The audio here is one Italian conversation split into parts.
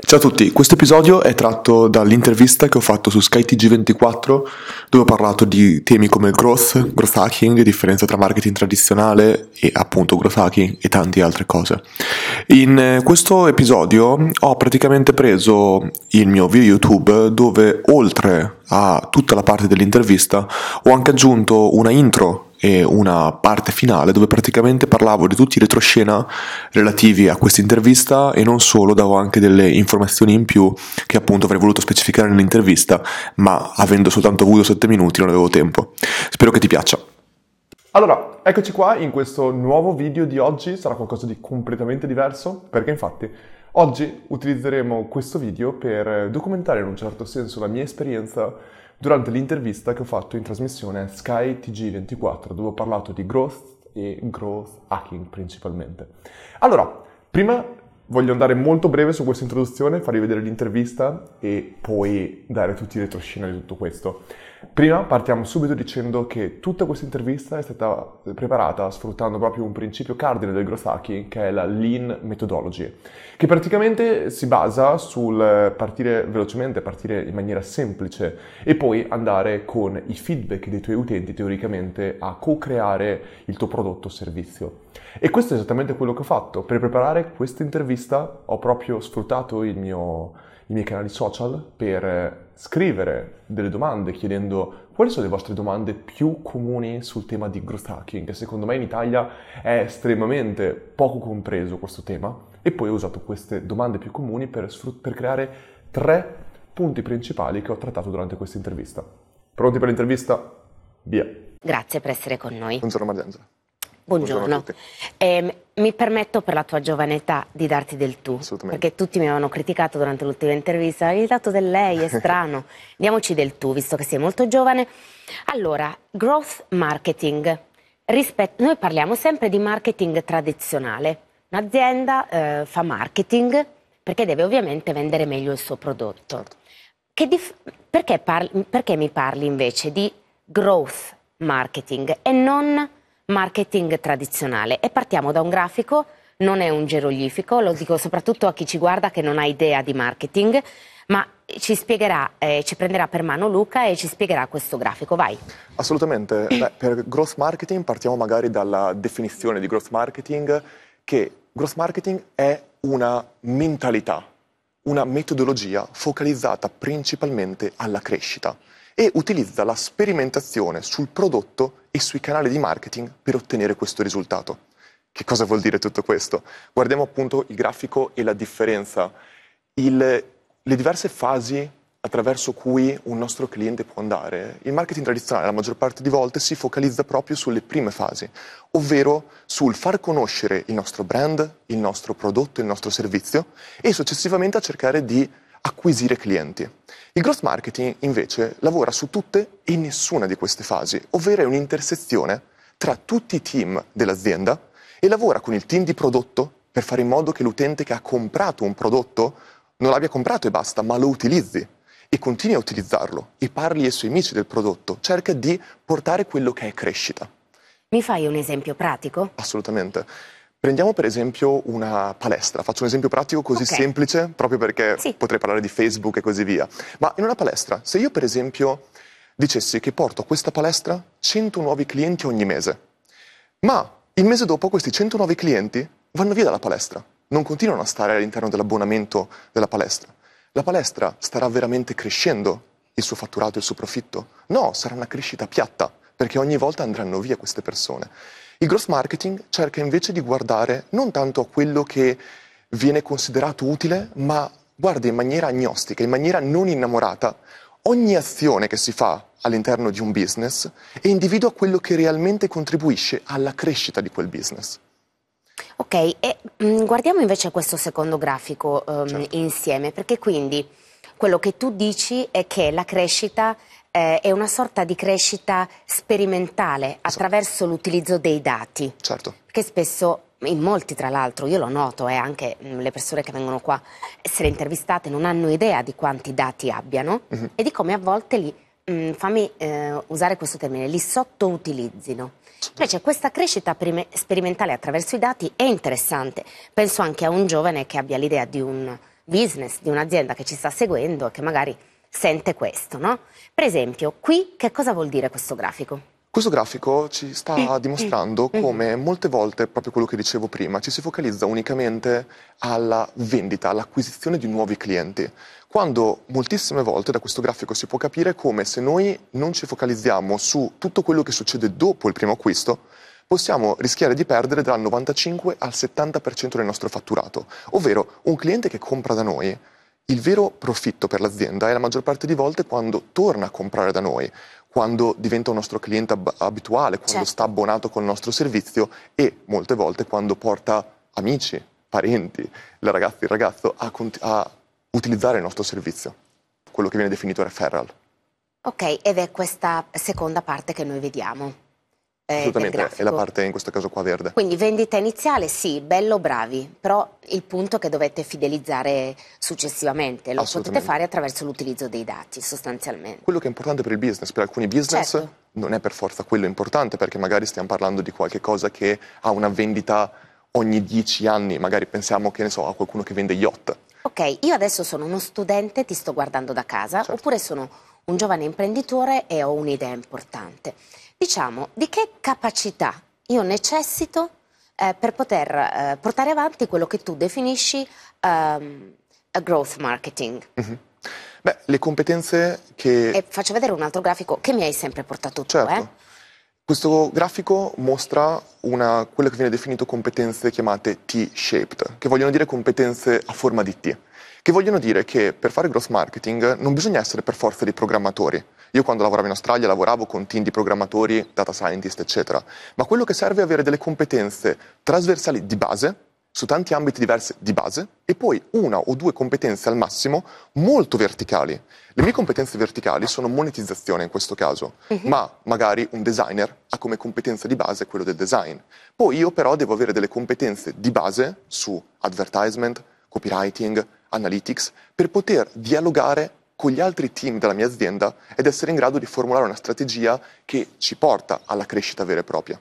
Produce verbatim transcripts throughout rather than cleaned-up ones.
Ciao a tutti, questo episodio è tratto dall'intervista che ho fatto su Sky T G ventiquattro dove ho parlato di temi come growth, growth hacking, differenza tra marketing tradizionale e appunto growth hacking e tante altre cose. In questo episodio ho praticamente preso il mio video YouTube dove oltre a tutta la parte dell'intervista ho anche aggiunto una intro e una parte finale dove praticamente parlavo di tutti i retroscena relativi a questa intervista e non solo, davo anche delle informazioni in più che appunto avrei voluto specificare nell'intervista, ma avendo soltanto avuto sette minuti non avevo tempo. Spero che ti piaccia. Allora, eccoci qua in questo nuovo video di oggi, sarà qualcosa di completamente diverso, perché infatti oggi utilizzeremo questo video per documentare in un certo senso la mia esperienza durante l'intervista che ho fatto in trasmissione Sky T G ventiquattro, dove ho parlato di growth e growth hacking principalmente. Allora, prima voglio andare molto breve su questa introduzione, farvi vedere l'intervista e poi dare tutti i retroscena di tutto questo. Prima partiamo subito dicendo che tutta questa intervista è stata preparata sfruttando proprio un principio cardine del growth hacking, che è la Lean Methodology, che praticamente si basa sul partire velocemente, partire in maniera semplice e poi andare con i feedback dei tuoi utenti teoricamente a co-creare il tuo prodotto o servizio. E questo è esattamente quello che ho fatto. Per preparare questa intervista ho proprio sfruttato il mio, i miei canali social per scrivere delle domande chiedendo quali sono le vostre domande più comuni sul tema di growth hacking, che secondo me in Italia è estremamente poco compreso questo tema, e poi ho usato queste domande più comuni per, sfrut- per creare tre punti principali che ho trattato durante questa intervista. Pronti per l'intervista? Via! Grazie per essere con noi. Buongiorno Mariangela. Buongiorno. Buongiorno eh, mi permetto per la tua giovane età di darti del tu, Assolutamente. perché tutti mi avevano criticato durante l'ultima intervista, hai dato del lei, è strano. Diamoci del tu, visto che sei molto giovane. Allora, growth marketing. Rispet- noi parliamo sempre di marketing tradizionale. Un'azienda eh, fa marketing perché deve ovviamente vendere meglio il suo prodotto. Certo. Che dif- perché, parli- perché mi parli invece di growth marketing e non marketing tradizionale? E partiamo da un grafico, non è un geroglifico, lo dico soprattutto a chi ci guarda che non ha idea di marketing, ma ci spiegherà, eh, ci prenderà per mano Luca e ci spiegherà questo grafico. Vai. Assolutamente. Beh, per growth marketing partiamo magari dalla definizione di growth marketing, che growth marketing è una mentalità, una metodologia focalizzata principalmente alla crescita e utilizza la sperimentazione sul prodotto e sui canali di marketing per ottenere questo risultato. Che cosa vuol dire tutto questo? Guardiamo appunto il grafico e la differenza, il, le diverse fasi attraverso cui un nostro cliente può andare. Il marketing tradizionale la maggior parte di volte si focalizza proprio sulle prime fasi, ovvero sul far conoscere il nostro brand, il nostro prodotto, il nostro servizio e successivamente a cercare di acquisire clienti. Il growth marketing invece lavora su tutte e nessuna di queste fasi, ovvero è un'intersezione tra tutti i team dell'azienda e lavora con il team di prodotto per fare in modo che l'utente che ha comprato un prodotto non l'abbia comprato e basta, ma lo utilizzi e continui a utilizzarlo e parli ai suoi amici del prodotto, cerca di portare quello che è crescita. Mi fai un esempio pratico? Assolutamente. Prendiamo per esempio una palestra, faccio un esempio pratico così Okay. semplice, proprio perché Sì. potrei parlare di Facebook e così via. Ma in una palestra, se io per esempio dicessi che porto a questa palestra cento nuovi clienti ogni mese, ma il mese dopo questi cento nuovi clienti vanno via dalla palestra, non continuano a stare all'interno dell'abbonamento della palestra, la palestra starà veramente crescendo il suo fatturato, il suo profitto? No, sarà una crescita piatta, perché ogni volta andranno via queste persone. Il growth marketing cerca invece di guardare non tanto a quello che viene considerato utile, ma guarda in maniera agnostica, in maniera non innamorata, ogni azione che si fa all'interno di un business e individua quello che realmente contribuisce alla crescita di quel business. Ok, e mh, guardiamo invece questo secondo grafico ehm, Certo. insieme, perché quindi quello che tu dici è che la crescita eh, è una sorta di crescita sperimentale attraverso l'utilizzo dei dati, Certo. perché spesso, in molti tra l'altro, io lo noto, e anche mh, le persone che vengono qua a essere intervistate non hanno idea di quanti dati abbiano Mhm. e di come a volte li, mh, fammi eh, usare questo termine, li sottoutilizzino. Invece questa crescita prime- sperimentale attraverso i dati è interessante. Penso anche a un giovane che abbia l'idea di un, business di un'azienda che ci sta seguendo e che magari sente questo, no? Per esempio, qui che cosa vuol dire questo grafico? Questo grafico ci sta dimostrando come molte volte, proprio quello che dicevo prima, ci si focalizza unicamente alla vendita, all'acquisizione di nuovi clienti, quando moltissime volte da questo grafico si può capire come se noi non ci focalizziamo su tutto quello che succede dopo il primo acquisto, possiamo rischiare di perdere dal novantacinque al settanta per cento del nostro fatturato, ovvero un cliente che compra da noi. Il vero profitto per l'azienda è la maggior parte di volte quando torna a comprare da noi, quando diventa un nostro cliente ab- abituale, quando Certo. sta abbonato col nostro servizio e molte volte quando porta amici, parenti, la ragazza, il ragazzo a, cont- a utilizzare il nostro servizio, quello che viene definito referral. Ok, ed è questa seconda parte che noi vediamo. eh, del Assolutamente, è la grafico. parte in questo caso qua verde. Quindi vendita iniziale, sì, bello, bravi, però il punto è che dovete fidelizzare successivamente, lo potete Assolutamente. fare attraverso l'utilizzo dei dati, sostanzialmente. Quello che è importante per il business, per alcuni business, Certo. non è per forza quello importante, perché magari stiamo parlando di qualche cosa che ha una vendita ogni dieci anni, magari pensiamo, che ne so, a qualcuno che vende yacht. Ok, io adesso sono uno studente, ti sto guardando da casa, Certo. oppure sono un giovane imprenditore e ho un'idea importante. Diciamo, di che capacità io necessito eh, per poter eh, portare avanti quello che tu definisci ehm, a growth marketing? Mhm. Beh, le competenze che... E faccio vedere un altro grafico che mi hai sempre portato tu, Certo. eh? Questo grafico mostra una, quello che viene definito competenze chiamate T-shaped, che vogliono dire competenze a forma di T, che vogliono dire che per fare growth marketing non bisogna essere per forza dei programmatori. Io quando lavoravo in Australia lavoravo con team di programmatori, data scientist, eccetera, ma quello che serve è avere delle competenze trasversali di base, su tanti ambiti diversi di base, e poi una o due competenze al massimo molto verticali. Le mie competenze verticali sono monetizzazione in questo caso, Mhm. ma magari un designer ha come competenza di base quello del design. Poi io però devo avere delle competenze di base su advertisement, copywriting, analytics, per poter dialogare con gli altri team della mia azienda ed essere in grado di formulare una strategia che ci porta alla crescita vera e propria.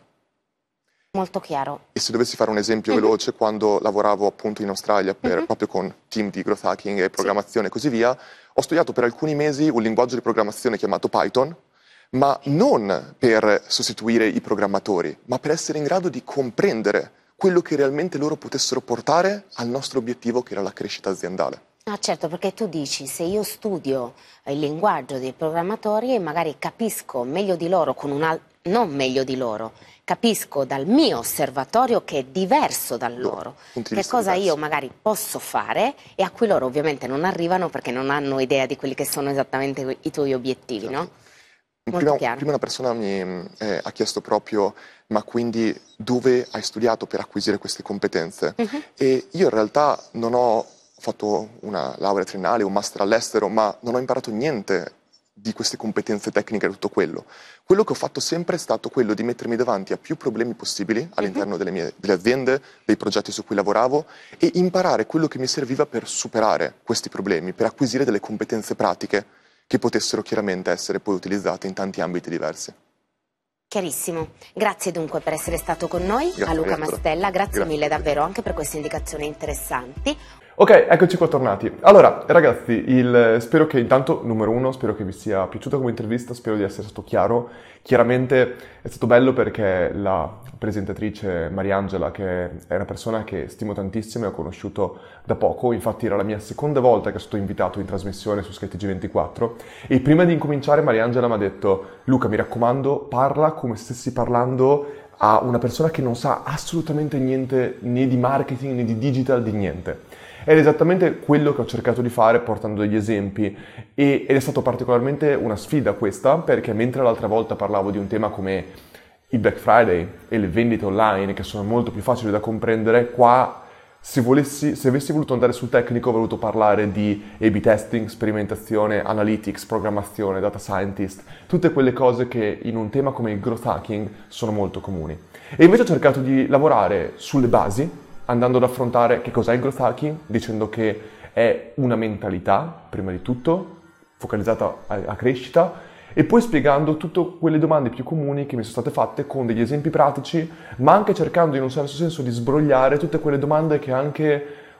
Molto chiaro. E se dovessi fare un esempio Mhm. veloce, quando lavoravo appunto in Australia per, Mhm. proprio con team di growth hacking e programmazione e così via, ho studiato per alcuni mesi un linguaggio di programmazione chiamato Python, ma non per sostituire i programmatori, ma per essere in grado di comprendere quello che realmente loro potessero portare al nostro obiettivo, che era la crescita aziendale. Ah, certo, perché tu dici, se io studio il linguaggio dei programmatori e magari capisco meglio di loro, con un al- non meglio di loro, capisco dal mio osservatorio che è diverso dal loro, punti di che vista cosa diversi. io magari posso fare e a cui loro ovviamente non arrivano perché non hanno idea di quelli che sono esattamente i tuoi obiettivi, no? Molto Prima, chiaro. prima una persona mi eh, ha chiesto proprio, ma quindi dove hai studiato per acquisire queste competenze? Mhm. E io in realtà non ho fatto una laurea triennale, un master all'estero, ma non ho imparato niente di queste competenze tecniche e tutto quello. Quello che ho fatto sempre è stato quello di mettermi davanti a più problemi possibili all'interno delle mie delle aziende, dei progetti su cui lavoravo, e imparare quello che mi serviva per superare questi problemi, per acquisire delle competenze pratiche che potessero chiaramente essere poi utilizzate in tanti ambiti diversi. Chiarissimo. Grazie dunque per essere stato con noi, Grazie, a Luca Mariangela. Mastella, grazie, Grazie mille a te. davvero anche per queste indicazioni interessanti. Ok, eccoci qua tornati. Allora, ragazzi, il- spero che intanto, numero uno, spero che vi sia piaciuta come intervista, spero di essere stato chiaro. Chiaramente è stato bello perché la presentatrice Mariangela, che è una persona che stimo tantissimo e ho conosciuto da poco, infatti era la mia seconda volta che sono stato invitato in trasmissione su Sky T G ventiquattro, e prima di incominciare Mariangela mi ha detto: Luca, mi raccomando, parla come se stessi parlando a una persona che non sa assolutamente niente né di marketing né di digital, di niente. Ed è esattamente quello che ho cercato di fare portando degli esempi, e, ed è stato particolarmente una sfida questa, perché mentre l'altra volta parlavo di un tema come il Black Friday e le vendite online, che sono molto più facili da comprendere, qua se, volessi, se avessi voluto andare sul tecnico avrei voluto parlare di A B testing, sperimentazione, analytics, programmazione, data scientist, tutte quelle cose che in un tema come il growth hacking sono molto comuni. E invece ho cercato di lavorare sulle basi, andando ad affrontare che cos'è il growth hacking, dicendo che è una mentalità, prima di tutto, focalizzata a, a crescita, e poi spiegando tutte quelle domande più comuni che mi sono state fatte con degli esempi pratici, ma anche cercando in un certo senso di sbrogliare tutte quelle domande che anche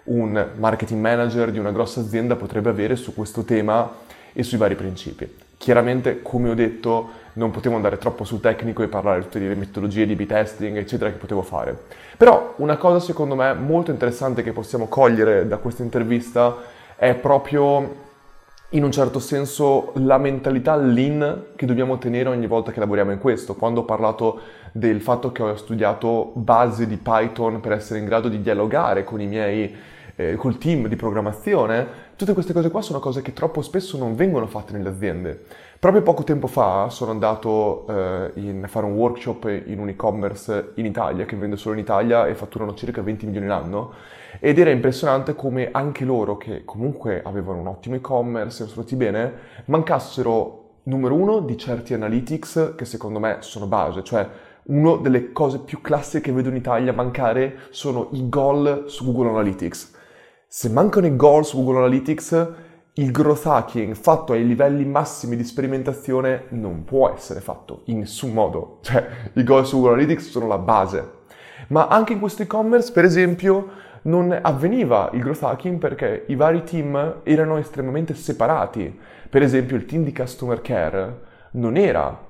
un marketing manager di una grossa azienda potrebbe avere su questo tema e sui vari principi. Chiaramente, come ho detto, non potevo andare troppo sul tecnico e parlare di tutte le metodologie di A B testing, eccetera, che potevo fare. Però una cosa secondo me molto interessante che possiamo cogliere da questa intervista è proprio, in un certo senso, la mentalità lean che dobbiamo tenere ogni volta che lavoriamo in questo. Quando ho parlato del fatto che ho studiato basi di Python per essere in grado di dialogare con i miei, eh, col team di programmazione, tutte queste cose qua sono cose che troppo spesso non vengono fatte nelle aziende. Proprio poco tempo fa sono andato eh, in, a fare un workshop in un e-commerce in Italia, che vende solo in Italia e fatturano circa venti milioni l'anno, ed era impressionante come anche loro, che comunque avevano un ottimo e-commerce, erano stati bene, mancassero, numero uno, di certi analytics che secondo me sono base, cioè una delle cose più classiche che vedo in Italia mancare sono i goal su Google Analytics. Se mancano i goal su Google Analytics, il growth hacking fatto ai livelli massimi di sperimentazione non può essere fatto in nessun modo. Cioè, i goal su Google Analytics sono la base. Ma anche in questo e-commerce, per esempio, non avveniva il growth hacking perché i vari team erano estremamente separati. Per esempio, il team di customer care non era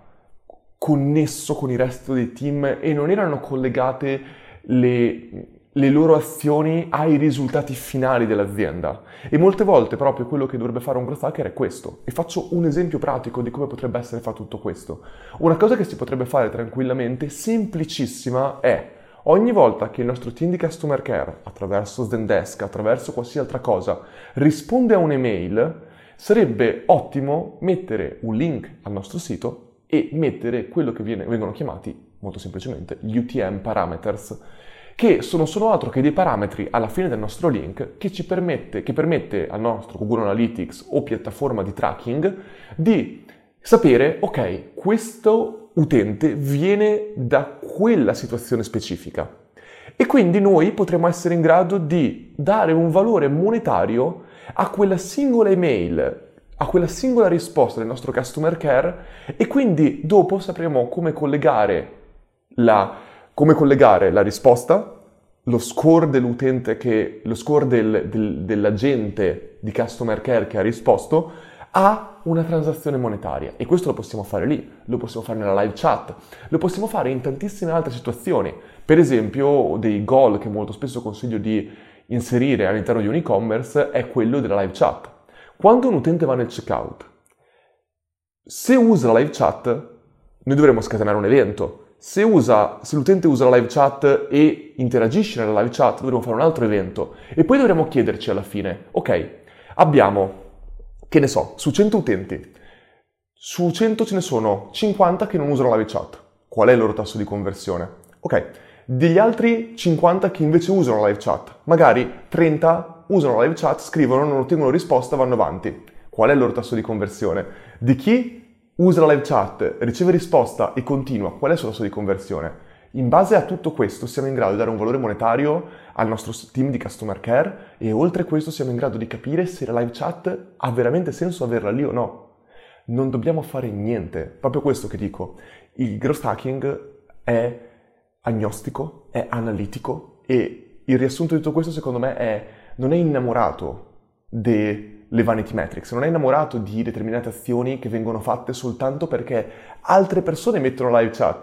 connesso con il resto dei team e non erano collegate le... le loro azioni ai risultati finali dell'azienda. E molte volte proprio quello che dovrebbe fare un growth hacker è questo. E faccio un esempio pratico di come potrebbe essere fatto tutto questo. Una cosa che si potrebbe fare tranquillamente, semplicissima, è ogni volta che il nostro team di customer care, attraverso Zendesk, attraverso qualsiasi altra cosa, risponde a un'email, sarebbe ottimo mettere un link al nostro sito e mettere quello che viene, vengono chiamati, molto semplicemente, gli U T M parameters, che sono solo altro che dei parametri alla fine del nostro link che ci permette, che permette al nostro Google Analytics o piattaforma di tracking di sapere, ok, questo utente viene da quella situazione specifica. E quindi noi potremo essere in grado di dare un valore monetario a quella singola email, a quella singola risposta del nostro customer care, e quindi dopo sapremo come collegare la come collegare la risposta, lo score dell'utente, che, lo score del, del, dell'agente di customer care che ha risposto, a una transazione monetaria. E questo lo possiamo fare lì, lo possiamo fare nella live chat, lo possiamo fare in tantissime altre situazioni. Per esempio, dei goal che molto spesso consiglio di inserire all'interno di un e-commerce è quello della live chat. Quando un utente va nel checkout, se usa la live chat, noi dovremo scatenare un evento. Se, usa, se l'utente usa la live chat e interagisce nella live chat, dovremo fare un altro evento. E poi dovremo chiederci alla fine, ok, abbiamo, che ne so, su cento utenti, su cento ce ne sono cinquanta che non usano la live chat. Qual è il loro tasso di conversione? Ok, degli altri cinquanta che invece usano la live chat, magari trenta usano la live chat, scrivono, non ottengono risposta, vanno avanti. Qual è il loro tasso di conversione? Di chi usa la live chat, riceve risposta e continua, qual è il suo tasso di conversione? In base a tutto questo siamo in grado di dare un valore monetario al nostro team di customer care e oltre a questo siamo in grado di capire se la live chat ha veramente senso averla lì o no. Non dobbiamo fare niente, proprio questo che dico. Il growth hacking è agnostico, è analitico e il riassunto di tutto questo secondo me è non è innamorato delle vanity metrics, non è innamorato di determinate azioni che vengono fatte soltanto perché altre persone mettono live chat,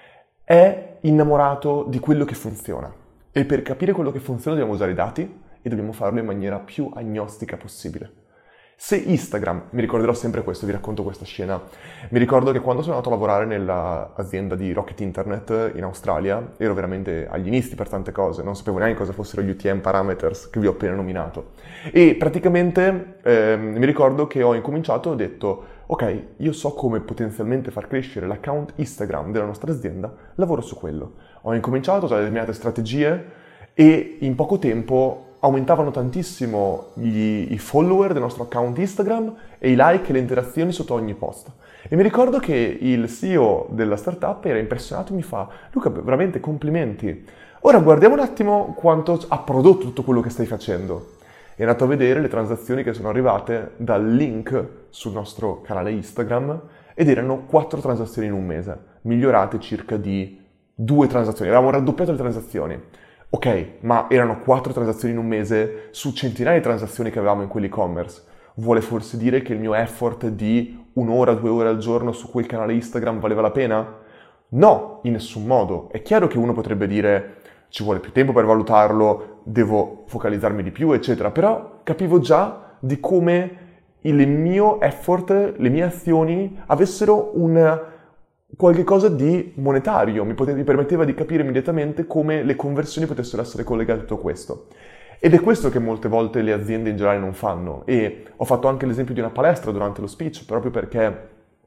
è innamorato di quello che funziona e per capire quello che funziona dobbiamo usare i dati e dobbiamo farlo in maniera più agnostica possibile. Se Instagram, mi ricorderò sempre questo, vi racconto questa scena, mi ricordo che quando sono andato a lavorare nell'azienda di Rocket Internet in Australia, ero veramente agli inizi per tante cose, non sapevo neanche cosa fossero gli U T M parameters che vi ho appena nominato. E praticamente eh, mi ricordo che ho incominciato e ho detto, ok, io so come potenzialmente far crescere l'account Instagram della nostra azienda, lavoro su quello. Ho incominciato a usare determinate strategie e in poco tempo aumentavano tantissimo gli, i follower del nostro account Instagram e i like e le interazioni sotto ogni post. E mi ricordo che il C E O della startup era impressionato e mi fa: Luca, veramente complimenti. Ora guardiamo un attimo quanto ha prodotto tutto quello che stai facendo. È andato a vedere le transazioni che sono arrivate dal link sul nostro canale Instagram ed erano quattro transazioni in un mese, migliorate circa di due transazioni. Avevamo raddoppiato le transazioni. Ok, ma erano quattro transazioni in un mese su centinaia di transazioni che avevamo in quell'e-commerce. Vuole forse dire che il mio effort di un'ora, due ore al giorno su quel canale Instagram valeva la pena? No, in nessun modo. È chiaro che uno potrebbe dire ci vuole più tempo per valutarlo, devo focalizzarmi di più, eccetera, però capivo già di come il mio effort, le mie azioni avessero un qualche cosa di monetario, mi, pote- mi permetteva di capire immediatamente come le conversioni potessero essere collegate a tutto questo. Ed è questo che molte volte le aziende in generale non fanno. E ho fatto anche l'esempio di una palestra durante lo speech, proprio perché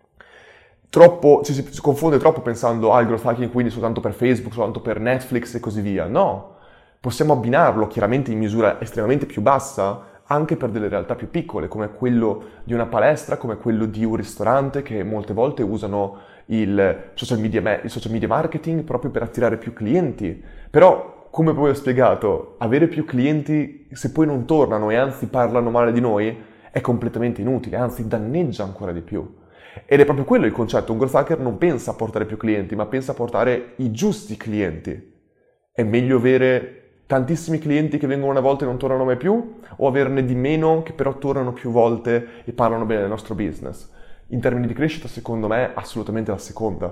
troppo, ci si confonde troppo pensando al growth hacking quindi soltanto per Facebook, soltanto per Netflix e così via. No, possiamo abbinarlo chiaramente in misura estremamente più bassa anche per delle realtà più piccole, come quello di una palestra, come quello di un ristorante che molte volte usano il social media, il social media marketing proprio per attirare più clienti. Però, come poi ho spiegato, avere più clienti se poi non tornano e anzi parlano male di noi è completamente inutile, anzi danneggia ancora di più. Ed è proprio quello il concetto, un growth hacker non pensa a portare più clienti, ma pensa a portare i giusti clienti. È meglio avere tantissimi clienti che vengono una volta e non tornano mai più, o averne di meno che però tornano più volte e parlano bene del nostro business? In termini di crescita, secondo me, assolutamente la seconda.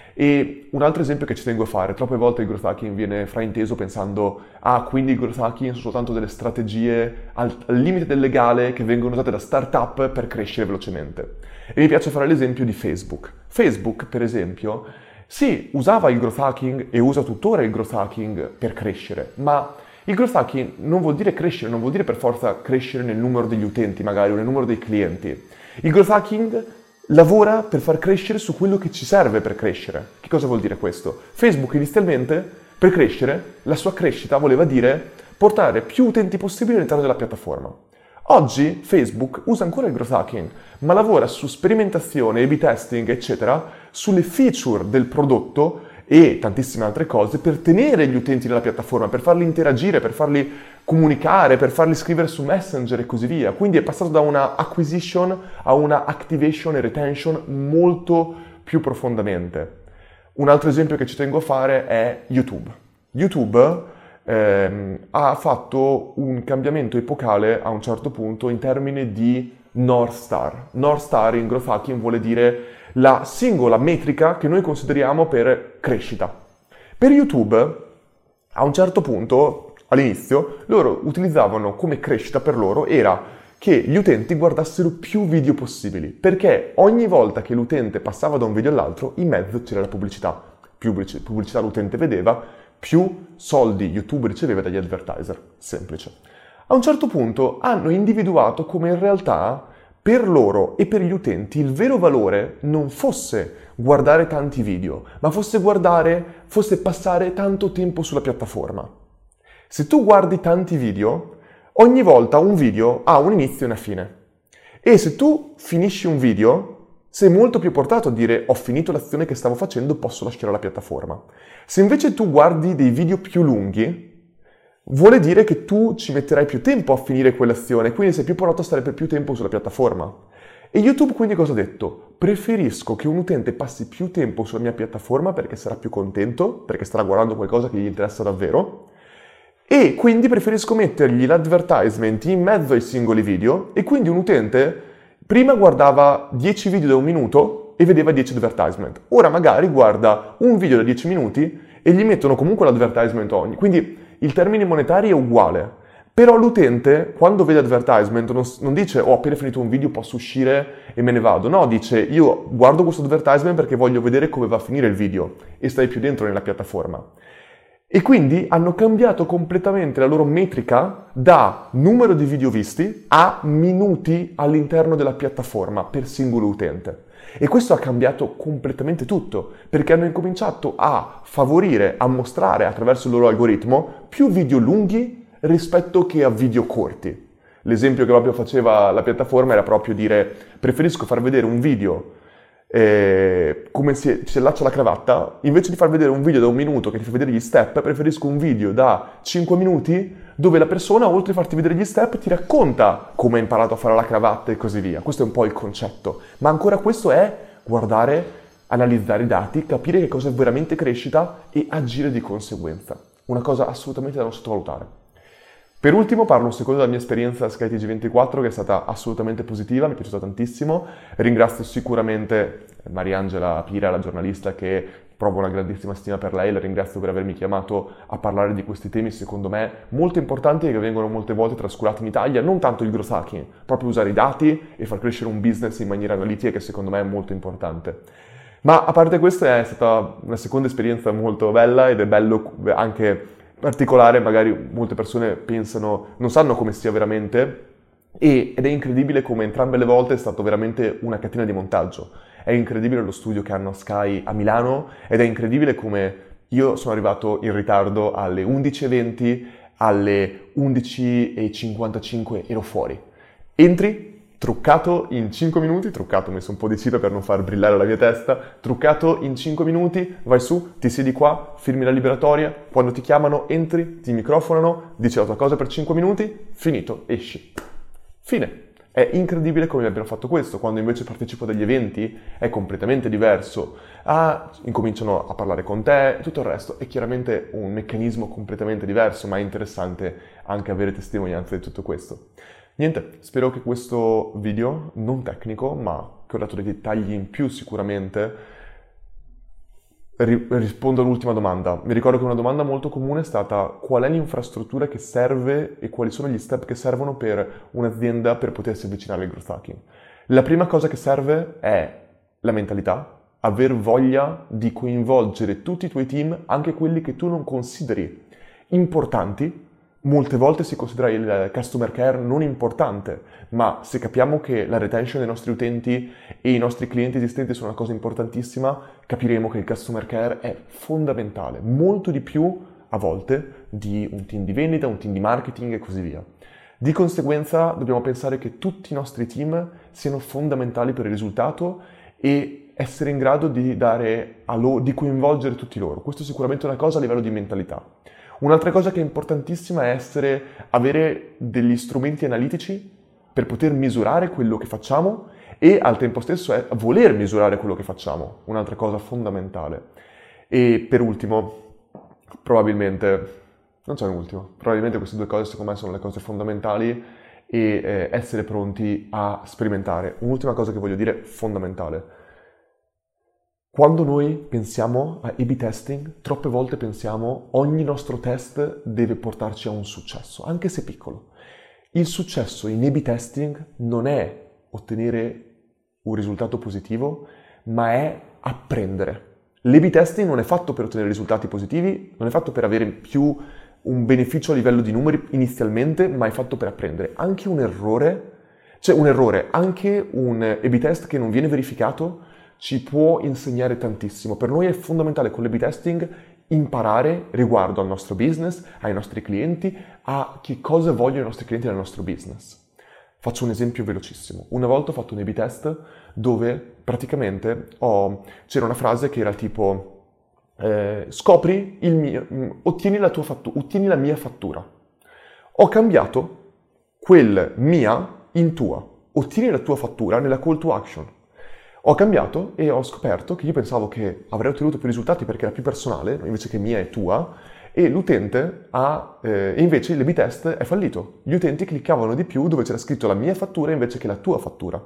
E un altro esempio che ci tengo a fare, troppe volte il growth hacking viene frainteso pensando ah, quindi il growth hacking sono soltanto delle strategie al, al limite del legale che vengono usate da start-up per crescere velocemente. E mi piace fare l'esempio di Facebook. Facebook, per esempio, sì, usava il growth hacking e usa tuttora il growth hacking per crescere, ma il growth hacking non vuol dire crescere, non vuol dire per forza crescere nel numero degli utenti magari o nel numero dei clienti. Il growth hacking lavora per far crescere su quello che ci serve per crescere. Che cosa vuol dire questo? Facebook inizialmente, per crescere, la sua crescita voleva dire portare più utenti possibili all'interno della piattaforma. Oggi Facebook usa ancora il growth hacking, ma lavora su sperimentazione, A B testing, eccetera, sulle feature del prodotto e tantissime altre cose per tenere gli utenti nella piattaforma, per farli interagire, per farli comunicare, per farli scrivere su Messenger e così via. Quindi è passato da una acquisition a una activation e retention molto più profondamente. Un altro esempio che ci tengo a fare è YouTube. YouTube ehm, ha fatto un cambiamento epocale a un certo punto in termini di North Star. North Star in growth hacking vuole dire la singola metrica che noi consideriamo per crescita. Per YouTube, a un certo punto, all'inizio, loro utilizzavano come crescita per loro era che gli utenti guardassero più video possibili, perché ogni volta che l'utente passava da un video all'altro, in mezzo c'era la pubblicità. Più pubblicità l'utente vedeva, più soldi YouTube riceveva dagli advertiser. Semplice. A un certo punto hanno individuato come in realtà per loro e per gli utenti il vero valore non fosse guardare tanti video, ma fosse guardare, fosse passare tanto tempo sulla piattaforma. Se tu guardi tanti video, ogni volta un video ha un inizio e una fine. E se tu finisci un video, sei molto più portato a dire ho finito l'azione che stavo facendo, posso lasciare la piattaforma. Se invece tu guardi dei video più lunghi, vuole dire che tu ci metterai più tempo a finire quell'azione, quindi sei più portato a stare per più tempo sulla piattaforma. E YouTube quindi cosa ha detto? Preferisco che un utente passi più tempo sulla mia piattaforma perché sarà più contento, perché starà guardando qualcosa che gli interessa davvero, e quindi preferisco mettergli l'advertisement in mezzo ai singoli video, e quindi un utente prima guardava dieci video da un minuto e vedeva dieci advertisement. Ora magari guarda un video da dieci minuti e gli mettono comunque l'advertisement ogni. Quindi il termine monetario è uguale, però l'utente quando vede advertisement non, non dice ho appena finito un video, posso uscire e me ne vado. No, dice io guardo questo advertisement perché voglio vedere come va a finire il video e stai più dentro nella piattaforma. E quindi hanno cambiato completamente la loro metrica da numero di video visti a minuti all'interno della piattaforma per singolo utente. E questo ha cambiato completamente tutto, perché hanno incominciato a favorire, a mostrare attraverso il loro algoritmo più video lunghi rispetto che a video corti. L'esempio che proprio faceva la piattaforma era proprio dire preferisco far vedere un video eh, come si, si allaccia la cravatta, invece di far vedere un video da un minuto che ti fa vedere gli step, preferisco un video da cinque minuti dove la persona, oltre a farti vedere gli step, ti racconta come ha imparato a fare la cravatta e così via. Questo è un po' il concetto. Ma ancora questo è guardare, analizzare i dati, capire che cosa è veramente crescita e agire di conseguenza. una cosa assolutamente da non sottovalutare. Per ultimo parlo un secondo della mia esperienza a Sky T G ventiquattro, che è stata assolutamente positiva, mi è piaciuta tantissimo. Ringrazio sicuramente Mariangela Pira, la giornalista, che provo una grandissima stima per lei, la ringrazio per avermi chiamato a parlare di questi temi, secondo me, molto importanti e che vengono molte volte trascurati in Italia, non tanto il growth hacking, proprio usare i dati e far crescere un business in maniera analitica, che secondo me è molto importante. Ma a parte questo è stata una seconda esperienza molto bella ed è bello anche particolare, magari molte persone pensano, non sanno come sia veramente, e, ed è incredibile come entrambe le volte è stato veramente una catena di montaggio. È incredibile lo studio che hanno a Sky a Milano ed è incredibile come io sono arrivato in ritardo alle undici e venti, alle undici e cinquantacinque ero fuori. Entri, truccato in cinque minuti, truccato, ho messo un po' di cera per non far brillare la mia testa, truccato in cinque minuti, vai su, ti siedi qua, firmi la liberatoria, quando ti chiamano entri, ti microfonano, dici la tua cosa per cinque minuti, finito, esci. Fine. È incredibile come abbiano fatto questo, quando invece partecipo a degli eventi è completamente diverso. Ah, incominciano a parlare con te, tutto il resto è chiaramente un meccanismo completamente diverso, ma è interessante anche avere testimonianza di tutto questo. Niente, spero che questo video, non tecnico, ma che ho dato dei dettagli in più sicuramente, ri- rispondo all'ultima domanda. Mi ricordo che una domanda molto comune è stata: qual è l'infrastruttura che serve e quali sono gli step che servono per un'azienda per potersi avvicinare al growth hacking? La prima cosa che serve è la mentalità, aver voglia di coinvolgere tutti i tuoi team, anche quelli che tu non consideri importanti. Molte volte si considera il customer care non importante, ma se capiamo che la retention dei nostri utenti e i nostri clienti esistenti sono una cosa importantissima, capiremo che il customer care è fondamentale, molto di più a volte di un team di vendita, un team di marketing e così via. Di conseguenza dobbiamo pensare che tutti i nostri team siano fondamentali per il risultato e essere in grado di, dare a loro, di coinvolgere tutti loro. Questo è sicuramente una cosa a livello di mentalità. Un'altra cosa che è importantissima è essere, avere degli strumenti analitici per poter misurare quello che facciamo e al tempo stesso è voler misurare quello che facciamo, un'altra cosa fondamentale. E per ultimo, probabilmente, non c'è un ultimo, probabilmente queste due cose secondo me sono le cose fondamentali e eh, essere pronti a sperimentare. Un'ultima cosa che voglio dire fondamentale. Quando noi pensiamo a A B testing, troppe volte pensiamo ogni nostro test deve portarci a un successo, anche se piccolo. Il successo in A B testing non è ottenere un risultato positivo, ma è apprendere. L'A B testing non è fatto per ottenere risultati positivi, non è fatto per avere più un beneficio a livello di numeri inizialmente, ma è fatto per apprendere. Anche un errore, cioè un errore, anche un A B test che non viene verificato, ci può insegnare tantissimo. Per noi è fondamentale con l'A B testing imparare riguardo al nostro business, ai nostri clienti, a che cosa vogliono i nostri clienti nel nostro business. Faccio un esempio velocissimo. Una volta ho fatto un A B test dove praticamente ho, c'era una frase che era tipo eh, scopri il mio, ottieni la tua fattura, ottieni la mia fattura. Ho cambiato quel mia in tua, ottieni la tua fattura nella call to action. Ho cambiato e ho scoperto che io pensavo che avrei ottenuto più risultati perché era più personale, invece che mia e tua, e l'utente ha, eh, e invece l'A B test è fallito. Gli utenti cliccavano di più dove c'era scritto la mia fattura invece che la tua fattura.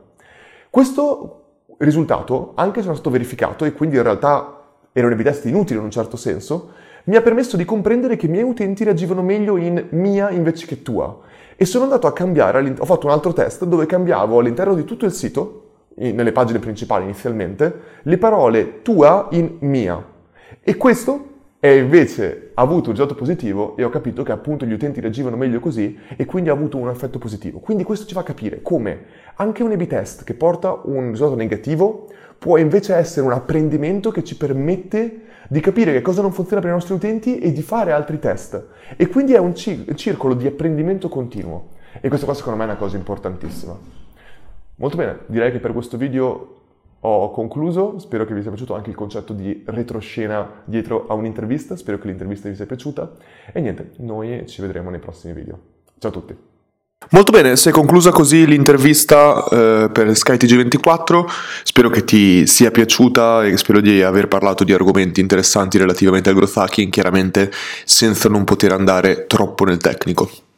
Questo risultato, anche se non è stato verificato, e quindi in realtà era un A B test inutile in un certo senso, mi ha permesso di comprendere che i miei utenti reagivano meglio in mia invece che tua. E sono andato a cambiare, ho fatto un altro test dove cambiavo all'interno di tutto il sito, nelle pagine principali inizialmente, le parole tua in mia. E questo è invece ha avuto un risultato positivo e ho capito che appunto gli utenti reagivano meglio così e quindi ha avuto un effetto positivo. Quindi questo ci fa capire come anche un A B test che porta un risultato negativo può invece essere un apprendimento che ci permette di capire che cosa non funziona per i nostri utenti e di fare altri test. E quindi è un circolo di apprendimento continuo. E questa qua secondo me è una cosa importantissima. Molto bene, direi che per questo video ho concluso, spero che vi sia piaciuto anche il concetto di retroscena dietro a un'intervista, spero che l'intervista vi sia piaciuta e niente, noi ci vedremo nei prossimi video. Ciao a tutti! Molto bene, si è conclusa così l'intervista eh, per Sky T G ventiquattro, spero che ti sia piaciuta e spero di aver parlato di argomenti interessanti relativamente al growth hacking, chiaramente senza non poter andare troppo nel tecnico.